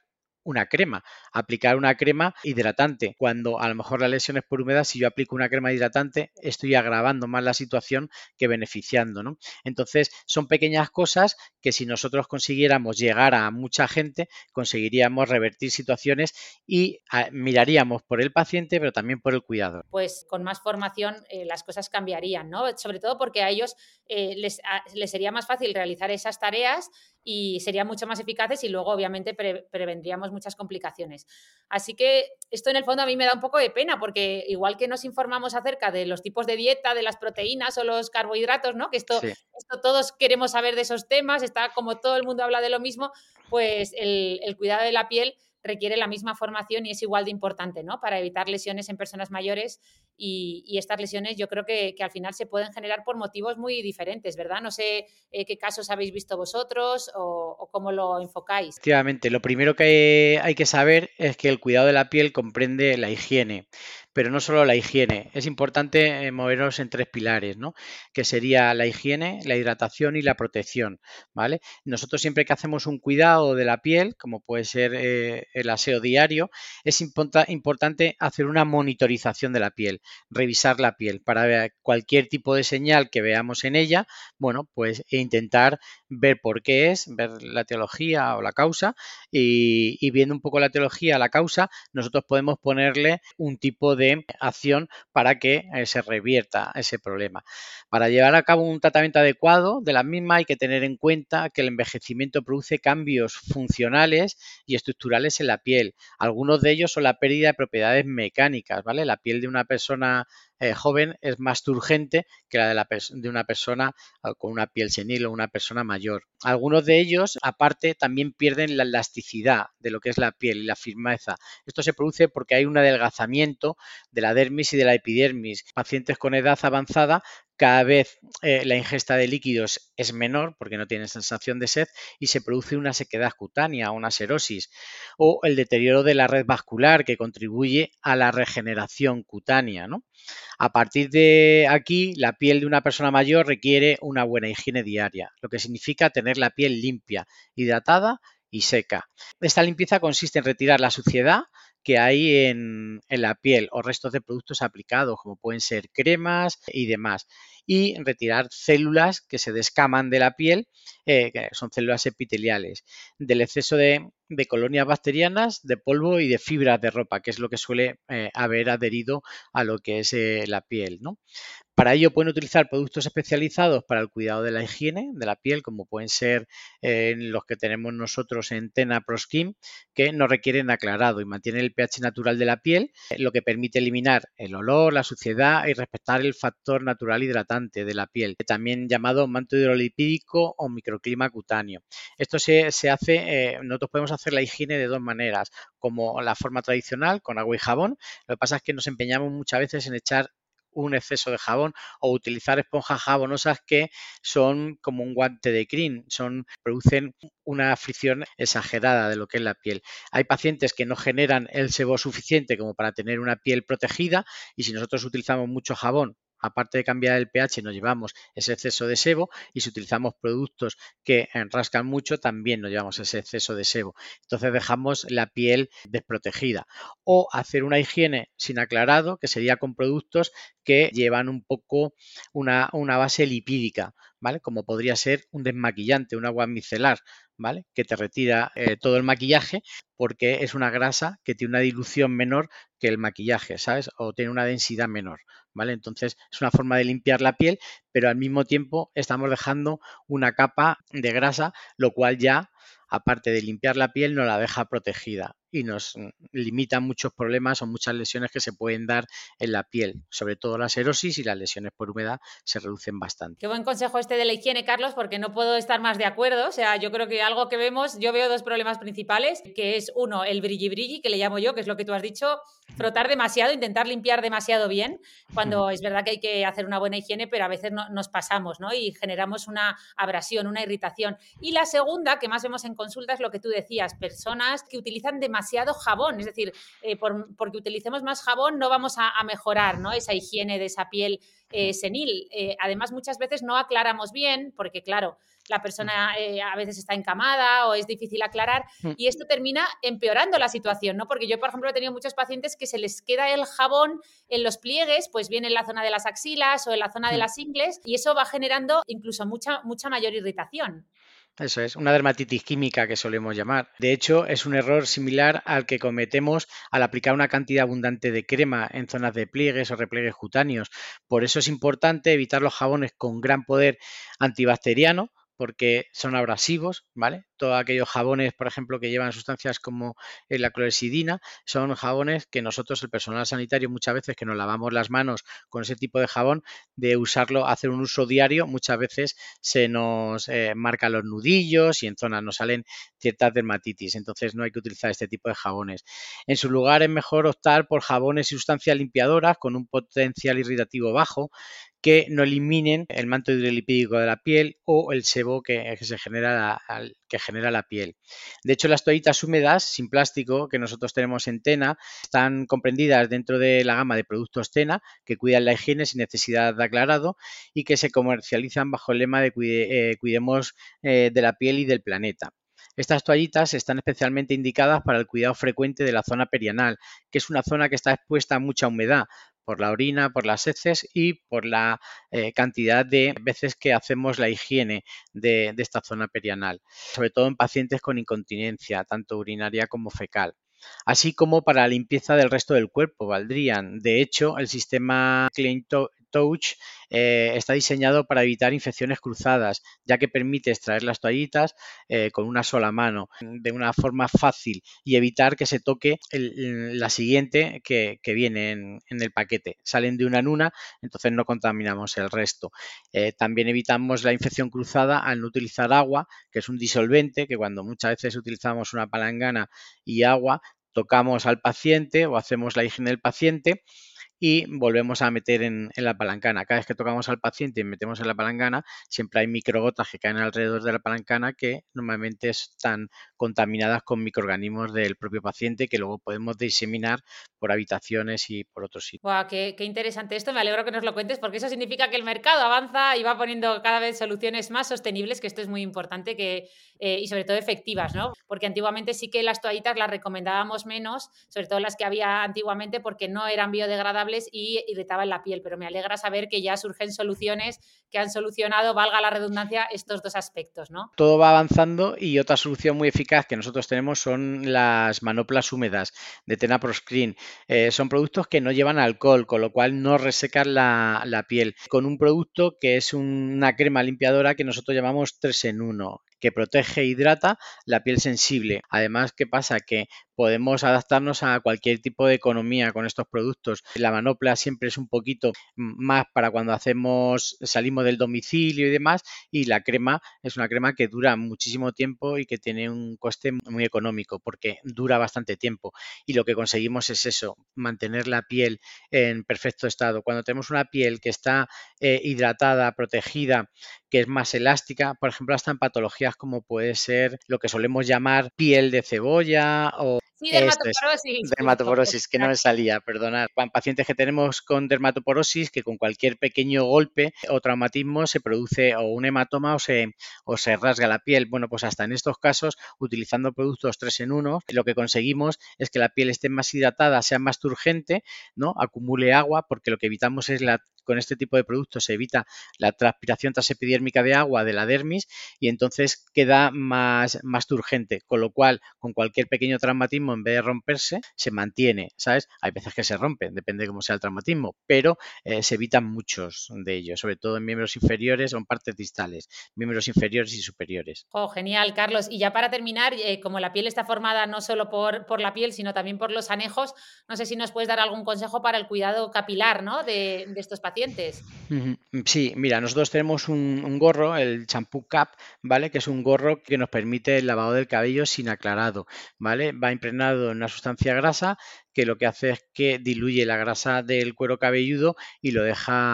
[SPEAKER 3] aplicar una crema hidratante, cuando a lo mejor la lesión es por humedad. Si yo aplico una crema hidratante, estoy agravando más la situación que beneficiando, ¿no? Entonces, son pequeñas cosas que si nosotros consiguiéramos llegar a mucha gente, conseguiríamos revertir situaciones y miraríamos por el paciente, pero también por el cuidador.
[SPEAKER 1] Pues con más formación las cosas cambiarían, ¿no? Sobre todo porque a ellos les sería más fácil realizar esas tareas y serían mucho más eficaces y luego obviamente prevendríamos muchas complicaciones. Así que esto en el fondo a mí me da un poco de pena porque igual que nos informamos acerca de los tipos de dieta, de las proteínas o los carbohidratos, ¿no? Que esto todos queremos saber de esos temas, está como todo el mundo habla de lo mismo, pues el cuidado de la piel requiere la misma formación y es igual de importante, ¿no? Para evitar lesiones en personas mayores y estas lesiones yo creo que al final se pueden generar por motivos muy diferentes, ¿verdad? No sé qué casos habéis visto vosotros o cómo lo enfocáis.
[SPEAKER 3] Efectivamente, lo primero que hay que saber es que el cuidado de la piel comprende la higiene, pero no solo la higiene. Es importante movernos en tres pilares, ¿no? Que sería la higiene, la hidratación y la protección, ¿vale? Nosotros siempre que hacemos un cuidado de la piel, como puede ser el aseo diario, es importante hacer una monitorización de la piel, revisar la piel para ver cualquier tipo de señal que veamos en ella, bueno, pues intentar ver por qué es, ver la etiología o la causa y viendo un poco la etiología, la causa, nosotros podemos ponerle un tipo de acción para que se revierta ese problema. Para llevar a cabo un tratamiento adecuado de la misma hay que tener en cuenta que el envejecimiento produce cambios funcionales y estructurales en la piel. Algunos de ellos son la pérdida de propiedades mecánicas, ¿vale? La piel de una persona joven es más turgente que la de una persona con una piel senil o una persona mayor. Algunos de ellos, aparte, también pierden la elasticidad de lo que es la piel y la firmeza. Esto se produce porque hay un adelgazamiento de la dermis y de la epidermis. Pacientes con edad avanzada, cada vez la ingesta de líquidos es menor porque no tienen sensación de sed y se produce una sequedad cutánea, una serosis, o el deterioro de la red vascular que contribuye a la regeneración cutánea, ¿no? A partir de aquí, la piel de una persona mayor requiere una buena higiene diaria, lo que significa tener la piel limpia, hidratada y seca. Esta limpieza consiste en retirar la suciedad que hay en la piel o restos de productos aplicados, como pueden ser cremas y demás, y retirar células que se descaman de la piel, que son células epiteliales, del exceso de colonias bacterianas, de polvo y de fibras de ropa, que es lo que suele haber adherido a lo que es la piel, ¿no? Para ello pueden utilizar productos especializados para el cuidado de la higiene de la piel, como pueden ser los que tenemos nosotros en TENA ProSkin, que no requieren aclarado y mantienen el pH natural de la piel, lo que permite eliminar el olor, la suciedad y respetar el factor natural hidratante. hidratante de la piel, también llamado manto hidrolipídico o microclima cutáneo. Esto se hace, nosotros podemos hacer la higiene de dos maneras, como la forma tradicional, con agua y jabón. Lo que pasa es que nos empeñamos muchas veces en echar un exceso de jabón o utilizar esponjas jabonosas que son como un guante de crin, producen una fricción exagerada de lo que es la piel. Hay pacientes que no generan el sebo suficiente como para tener una piel protegida y si nosotros utilizamos mucho jabón, aparte de cambiar el pH, nos llevamos ese exceso de sebo y si utilizamos productos que rascan mucho, también nos llevamos ese exceso de sebo. Entonces dejamos la piel desprotegida. O hacer una higiene sin aclarado, que sería con productos que llevan un poco una base lipídica, ¿vale? Como podría ser un desmaquillante, un agua micelar, ¿vale? Que te retira todo el maquillaje porque es una grasa que tiene una dilución menor que el maquillaje, ¿sabes? O tiene una densidad menor, ¿vale? Entonces es una forma de limpiar la piel, pero al mismo tiempo estamos dejando una capa de grasa, lo cual ya, aparte de limpiar la piel, nos la deja protegida y nos limita muchos problemas o muchas lesiones que se pueden dar en la piel, sobre todo la serosis y las lesiones por humedad se reducen bastante.
[SPEAKER 1] Qué buen consejo este de la higiene, Carlos, porque no puedo estar más de acuerdo. O sea, yo creo que algo que vemos, yo veo dos problemas principales, que es uno, el brilli-brilli, que le llamo yo, que es lo que tú has dicho, frotar demasiado, intentar limpiar demasiado bien, cuando es verdad que hay que hacer una buena higiene, pero a veces nos pasamos, ¿no? Y generamos una abrasión, una irritación. Y la segunda, que más vemos en consulta, es lo que tú decías, personas que utilizan demasiado jabón, es decir, porque utilicemos más jabón no vamos a mejorar, ¿no? Esa higiene de esa piel senil. Además, muchas veces no aclaramos bien, porque claro, la persona a veces está encamada o es difícil aclarar y esto termina empeorando la situación, ¿no? Porque yo, por ejemplo, he tenido muchos pacientes que se les queda el jabón en los pliegues, pues bien en la zona de las axilas o en la zona de las ingles y eso va generando incluso mucha mayor irritación.
[SPEAKER 3] Eso es, una dermatitis química que solemos llamar. De hecho, es un error similar al que cometemos al aplicar una cantidad abundante de crema en zonas de pliegues o repliegues cutáneos. Por eso es importante evitar los jabones con gran poder antibacteriano, porque son abrasivos, ¿vale? Todos aquellos jabones, por ejemplo, que llevan sustancias como la clorexidina, son jabones que nosotros, el personal sanitario, muchas veces que nos lavamos las manos con ese tipo de jabón, de usarlo, hacer un uso diario, muchas veces se nos marcan los nudillos y en zonas nos salen ciertas dermatitis, entonces no hay que utilizar este tipo de jabones. En su lugar es mejor optar por jabones y sustancias limpiadoras con un potencial irritativo bajo, que no eliminen el manto hidrolipídico de la piel o el sebo que genera la piel. De hecho, las toallitas húmedas sin plástico que nosotros tenemos en Tena están comprendidas dentro de la gama de productos Tena que cuidan la higiene sin necesidad de aclarado y que se comercializan bajo el lema de cuidemos de la piel y del planeta. Estas toallitas están especialmente indicadas para el cuidado frecuente de la zona perianal, que es una zona que está expuesta a mucha humedad por la orina, por las heces y por la cantidad de veces que hacemos la higiene de esta zona perianal, sobre todo en pacientes con incontinencia, tanto urinaria como fecal. Así como para la limpieza del resto del cuerpo valdrían. De hecho, el sistema Clean Touch está diseñado para evitar infecciones cruzadas, ya que permite extraer las toallitas con una sola mano de una forma fácil y evitar que se toque la siguiente que viene en el paquete. Salen de una en una, entonces no contaminamos el resto. También evitamos la infección cruzada al no utilizar agua, que es un disolvente, que cuando muchas veces utilizamos una palangana y agua, tocamos al paciente o hacemos la higiene del paciente y volvemos a meter en la palangana. Cada vez que tocamos al paciente y metemos en la palangana, siempre hay microgotas que caen alrededor de la palangana que normalmente están contaminadas con microorganismos del propio paciente que luego podemos diseminar por habitaciones y por otros sitios.
[SPEAKER 1] Wow, qué interesante esto, me alegro que nos lo cuentes porque eso significa que el mercado avanza y va poniendo cada vez soluciones más sostenibles, que esto es muy importante y sobre todo efectivas, ¿no? Porque antiguamente sí que las toallitas las recomendábamos menos, sobre todo las que había antiguamente porque no eran biodegradables y irritaban la piel, pero me alegra saber que ya surgen soluciones que han solucionado, valga la redundancia, estos dos aspectos, ¿no?
[SPEAKER 3] Todo va avanzando y otra solución muy eficaz que nosotros tenemos son las manoplas húmedas de Tena Pro Screen. Son productos que no llevan alcohol, con lo cual no resecan la piel. Con un producto que es una crema limpiadora que nosotros llamamos 3 en 1, que protege e hidrata la piel sensible. Además, ¿qué pasa? Que podemos adaptarnos a cualquier tipo de economía con estos productos. La manopla siempre es un poquito más para cuando salimos del domicilio y demás, y la crema es una crema que dura muchísimo tiempo y que tiene un coste muy económico porque dura bastante tiempo, y lo que conseguimos es eso, mantener la piel en perfecto estado. Cuando tenemos una piel que está hidratada, protegida, que es más elástica, por ejemplo, hasta en patologías como puede ser lo que solemos llamar piel de cebolla o
[SPEAKER 1] Sí,
[SPEAKER 3] esto es,
[SPEAKER 1] dermatoporosis, justo.
[SPEAKER 3] dermatoporosis, que no me salía, perdonad. Pacientes que tenemos con dermatoporosis, que con cualquier pequeño golpe o traumatismo se produce o un hematoma o se rasga la piel. Bueno, pues hasta en estos casos, utilizando productos 3 en 1, lo que conseguimos es que la piel esté más hidratada, sea más turgente, ¿no? Acumule agua, porque lo que evitamos es con este tipo de productos se evita la transpiración transepidérmica de agua de la dermis y entonces queda más turgente, con lo cual con cualquier pequeño traumatismo en vez de romperse se mantiene, ¿sabes? Hay veces que se rompen, depende de cómo sea el traumatismo, pero se evitan muchos de ellos, sobre todo en miembros inferiores o en partes distales, miembros inferiores y superiores.
[SPEAKER 1] Oh, genial, Carlos. Y ya para terminar, como la piel está formada no solo por la piel, sino también por los anejos, no sé si nos puedes dar algún consejo para el cuidado capilar, ¿no? de estos pacientes.
[SPEAKER 3] Sí, mira, nosotros tenemos un gorro, el Shampoo Cap, ¿vale? Que es un gorro que nos permite el lavado del cabello sin aclarado, ¿vale? Va impregnado en una sustancia grasa que lo que hace es que diluye la grasa del cuero cabelludo y lo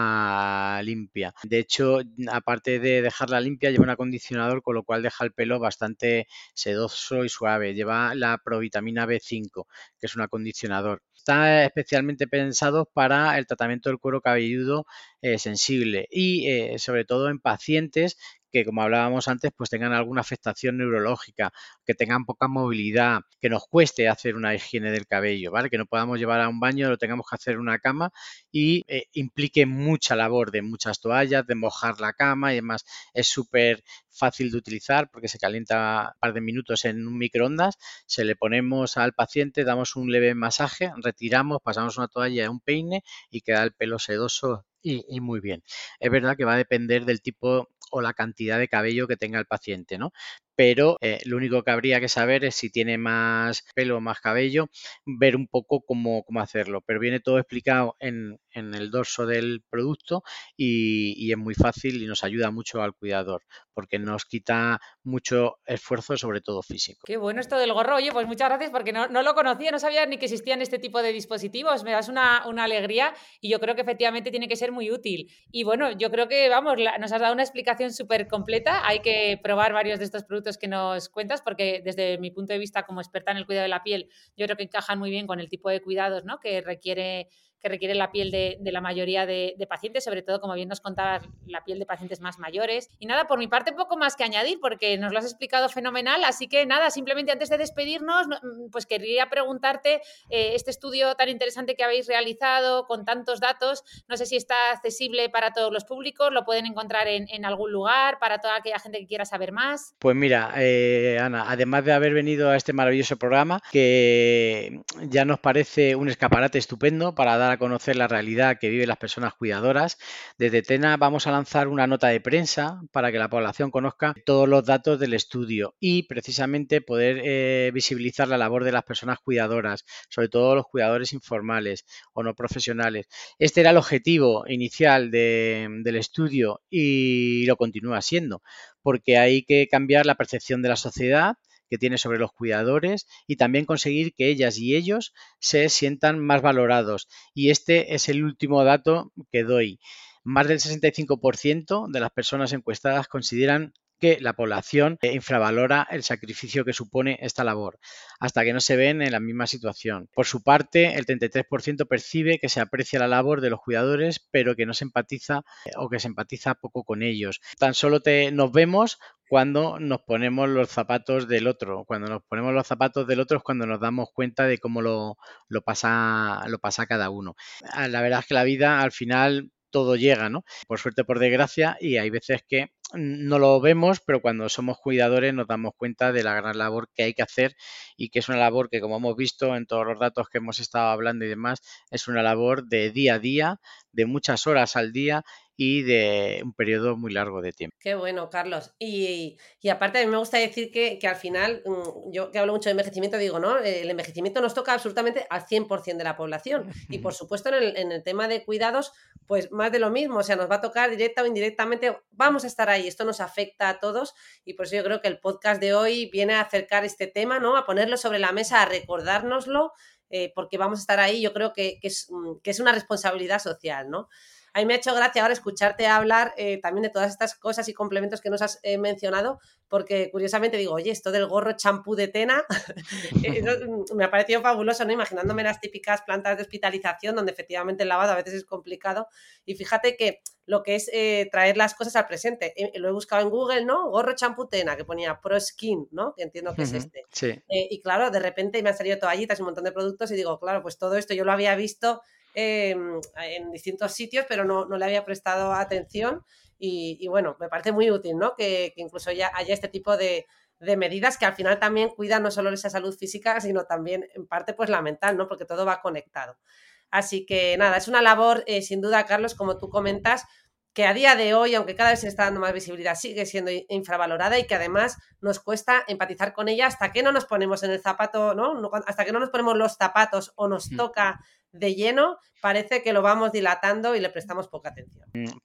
[SPEAKER 3] deja limpia. De hecho, aparte de dejarla limpia, lleva un acondicionador, con lo cual deja el pelo bastante sedoso y suave. Lleva la provitamina B5, que es un acondicionador. Está especialmente pensado para el tratamiento del cuero cabelludo sensible y sobre todo en pacientes que, como hablábamos antes, pues tengan alguna afectación neurológica, que tengan poca movilidad, que nos cueste hacer una higiene del cabello, ¿vale? Que no podamos llevar a un baño, lo tengamos que hacer en una cama y implique mucha labor de muchas toallas, de mojar la cama y demás. Es súper fácil de utilizar porque se calienta un par de minutos en un microondas, se le ponemos al paciente, damos un leve masaje, retiramos, pasamos una toalla y un peine y queda el pelo sedoso y muy bien. Es verdad que va a depender del tipo o la cantidad de cabello que tenga el paciente, ¿no? Pero lo único que habría que saber es si tiene más pelo o más cabello, ver un poco cómo hacerlo. Pero viene todo explicado en el dorso del producto y es muy fácil y nos ayuda mucho al cuidador porque nos quita mucho esfuerzo, sobre todo físico.
[SPEAKER 1] Qué bueno esto del gorro. Oye, pues muchas gracias porque no lo conocía, no sabía ni que existían este tipo de dispositivos. Me das una alegría y yo creo que efectivamente tiene que ser muy útil. Y bueno, yo creo que, vamos, nos has dado una explicación súper completa. Hay que probar varios de estos productos que nos cuentas porque desde mi punto de vista como experta en el cuidado de la piel, yo creo que encajan muy bien con el tipo de cuidados, ¿no? que requiere la piel de la mayoría de pacientes, sobre todo, como bien nos contabas, la piel de pacientes más mayores. Y nada, por mi parte, poco más que añadir, porque nos lo has explicado fenomenal. Así que nada, simplemente antes de despedirnos, pues querría preguntarte este estudio tan interesante que habéis realizado con tantos datos, no sé si está accesible para todos los públicos, lo pueden encontrar en algún lugar, para toda aquella gente que quiera saber más.
[SPEAKER 3] Pues mira, Ana, además de haber venido a este maravilloso programa, que ya nos parece un escaparate estupendo para dar a conocer la realidad que viven las personas cuidadoras, desde Tena vamos a lanzar una nota de prensa para que la población conozca todos los datos del estudio y precisamente poder visibilizar la labor de las personas cuidadoras, sobre todo los cuidadores informales o no profesionales. Este era el objetivo inicial del estudio y lo continúa siendo, porque hay que cambiar la percepción de la sociedad que tiene sobre los cuidadores y también conseguir que ellas y ellos se sientan más valorados. Y este es el último dato que doy. Más del 65% de las personas encuestadas consideran que la población infravalora el sacrificio que supone esta labor, hasta que no se ven en la misma situación. Por su parte, el 33% percibe que se aprecia la labor de los cuidadores, pero que no se empatiza o que se empatiza poco con ellos. Tan solo nos vemos cuando nos ponemos los zapatos del otro. Cuando nos ponemos los zapatos del otro es cuando nos damos cuenta de cómo lo pasa cada uno. La verdad es que la vida al final todo llega, ¿no? Por suerte, por desgracia, y hay veces que no lo vemos, pero cuando somos cuidadores nos damos cuenta de la gran labor que hay que hacer y que es una labor que, como hemos visto en todos los datos que hemos estado hablando y demás, es una labor de día a día, de muchas horas al día y de un periodo muy largo de tiempo.
[SPEAKER 2] Qué bueno, Carlos. Y aparte a mí me gusta decir que al final, yo que hablo mucho de envejecimiento, digo, ¿no? El envejecimiento nos toca absolutamente al 100% de la población. Y por supuesto en el tema de cuidados, pues más de lo mismo, o sea, nos va a tocar directa o indirectamente, vamos a estar ahí, esto nos afecta a todos y por eso yo creo que el podcast de hoy viene a acercar este tema, ¿no? A ponerlo sobre la mesa, a recordárnoslo, porque vamos a estar ahí, yo creo que es una responsabilidad social, ¿no? A mí me ha hecho gracia ahora escucharte hablar también de todas estas cosas y complementos que nos has mencionado, porque curiosamente digo, oye, esto del gorro champú de Tena me ha parecido fabuloso, ¿no? Imaginándome las típicas plantas de hospitalización donde efectivamente el lavado a veces es complicado y fíjate que lo que es traer las cosas al presente. Lo he buscado en Google, ¿no? Gorro champú Tena, que ponía Pro Skin, ¿no? Que entiendo que es este.
[SPEAKER 3] Sí.
[SPEAKER 2] Y claro, de repente me han salido toallitas y un montón de productos y digo, claro, pues todo esto yo lo había visto en distintos sitios, pero no le había prestado atención y bueno, me parece muy útil, ¿no? Que incluso ya haya este tipo de medidas que al final también cuidan no solo esa salud física, sino también en parte pues la mental, ¿no? Porque todo va conectado. Así que nada, es una labor sin duda, Carlos, como tú comentas, que a día de hoy, aunque cada vez se está dando más visibilidad, sigue siendo infravalorada y que además nos cuesta empatizar con ella hasta que no nos ponemos en el zapato, ¿no? Hasta que no nos ponemos los zapatos o nos toca de lleno, parece que lo vamos dilatando y le prestamos poca atención.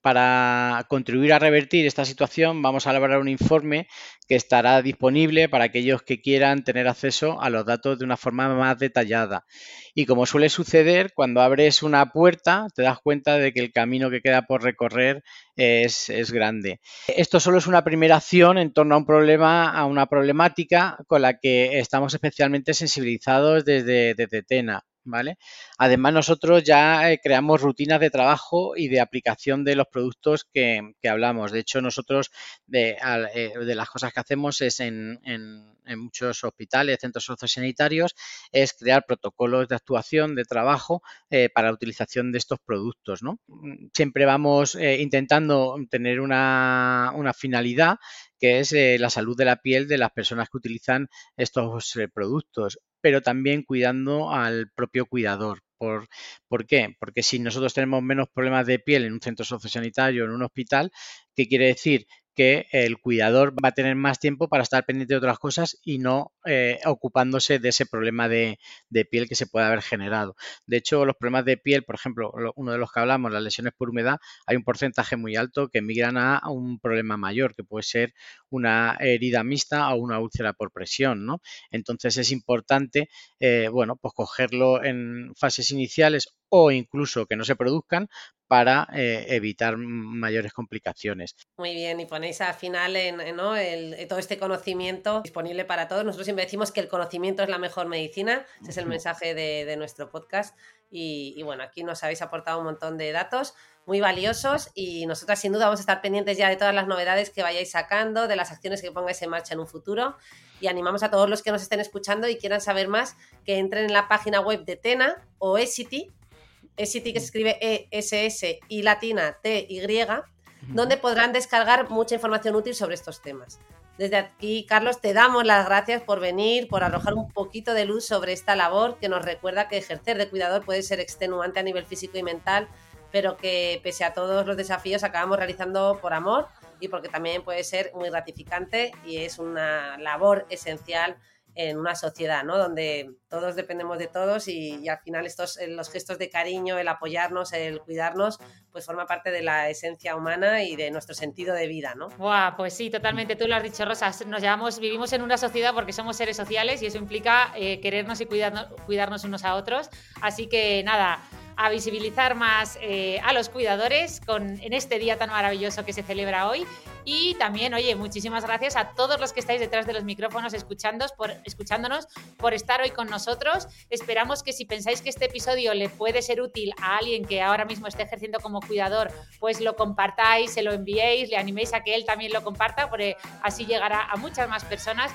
[SPEAKER 3] Para contribuir a revertir esta situación, vamos a elaborar un informe que estará disponible para aquellos que quieran tener acceso a los datos de una forma más detallada. Y como suele suceder, cuando abres una puerta, te das cuenta de que el camino que queda por recorrer es grande. Esto solo es una primera acción en torno a un problema, a una problemática con la que estamos especialmente sensibilizados desde Tena, ¿vale? Además, nosotros ya creamos rutinas de trabajo y de aplicación de los productos que hablamos. De hecho, nosotros de las cosas que hacemos es en muchos hospitales, centros sociosanitarios, es crear protocolos de actuación, de trabajo para la utilización de estos productos, ¿no? Siempre vamos intentando tener una finalidad que es la salud de la piel de las personas que utilizan estos productos, pero también cuidando al propio cuidador. ¿Por qué? Porque si nosotros tenemos menos problemas de piel en un centro sociosanitario o en un hospital, ¿qué quiere decir? Que el cuidador va a tener más tiempo para estar pendiente de otras cosas y no ocupándose de ese problema de piel que se puede haber generado. De hecho, los problemas de piel, por ejemplo, uno de los que hablamos, las lesiones por humedad, hay un porcentaje muy alto que migran a un problema mayor, que puede ser una herida mixta o una úlcera por presión, ¿no? Entonces es importante, bueno, pues cogerlo en fases iniciales o incluso que no se produzcan para evitar mayores complicaciones.
[SPEAKER 2] Muy bien, y ponéis al final ¿no? todo este conocimiento disponible para todos. Nosotros siempre decimos que el conocimiento es la mejor medicina, ese es el mensaje de nuestro podcast y bueno, aquí nos habéis aportado un montón de datos muy valiosos y nosotras sin duda vamos a estar pendientes ya de todas las novedades que vayáis sacando, de las acciones que pongáis en marcha en un futuro y animamos a todos los que nos estén escuchando y quieran saber más que entren en la página web de Tena o Essity que se escribe E-S-S y latina T-Y, donde podrán descargar mucha información útil sobre estos temas. Desde aquí, Carlos, te damos las gracias por venir, por arrojar un poquito de luz sobre esta labor que nos recuerda que ejercer de cuidador puede ser extenuante a nivel físico y mental, pero que pese a todos los desafíos acabamos realizando por amor y porque también puede ser muy gratificante y es una labor esencial en una sociedad, ¿no? Donde todos dependemos de todos y al final los gestos de cariño, el apoyarnos, el cuidarnos, pues forma parte de la esencia humana y de nuestro sentido de vida, ¿no?
[SPEAKER 1] Buah, pues sí, totalmente, tú lo has dicho, Rosa, vivimos en una sociedad porque somos seres sociales y eso implica querernos y cuidarnos unos a otros, así que nada, a visibilizar más a los cuidadores en este día tan maravilloso que se celebra hoy. Y también, oye, muchísimas gracias a todos los que estáis detrás de los micrófonos escuchándonos, por estar hoy con nosotros. Esperamos que si pensáis que este episodio le puede ser útil a alguien que ahora mismo esté ejerciendo como cuidador, pues lo compartáis, se lo enviéis, le animéis a que él también lo comparta, porque así llegará a muchas más personas.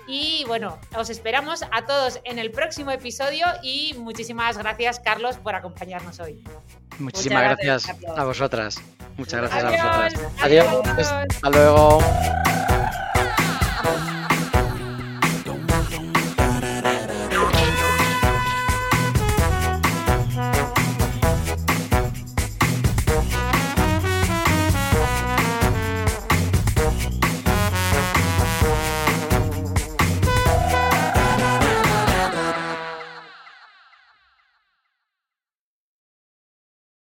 [SPEAKER 1] Y bueno, os esperamos a todos en el próximo episodio y muchísimas gracias, Carlos, por acompañarnos hoy.
[SPEAKER 3] Muchísimas gracias a vosotras. Muchas gracias.
[SPEAKER 1] Adiós,
[SPEAKER 3] a vosotras. Adiós. Hasta luego.